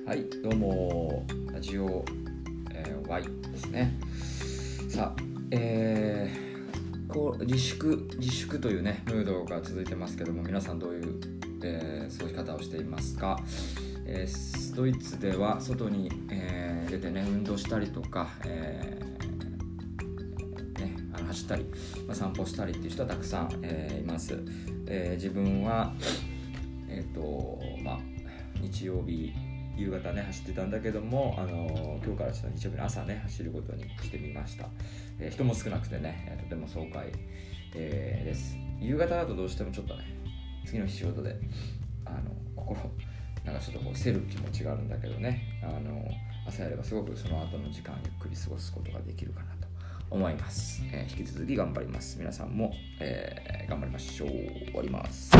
はい、どうもラジオ、Y ですね。さあ、自粛というねムードが続いてますけども、皆さんどういう、過ごし方をしていますか？ドイツでは外に、出てね運動したりとか、走ったり、散歩したりっていう人はたくさん、います。自分は日曜日夕方ね走ってたんだけども、今日からちょっと日曜日の朝ね走ることにしてみました。人も少なくてね、とても爽快、です。夕方だとどうしてもちょっとね次の日仕事で心なんかちょっとこうせる気持ちがあるんだけどね、朝やればすごくその後の時間ゆっくり過ごすことができるかなと思います。引き続き頑張ります。皆さんも、頑張りましょう。終わります。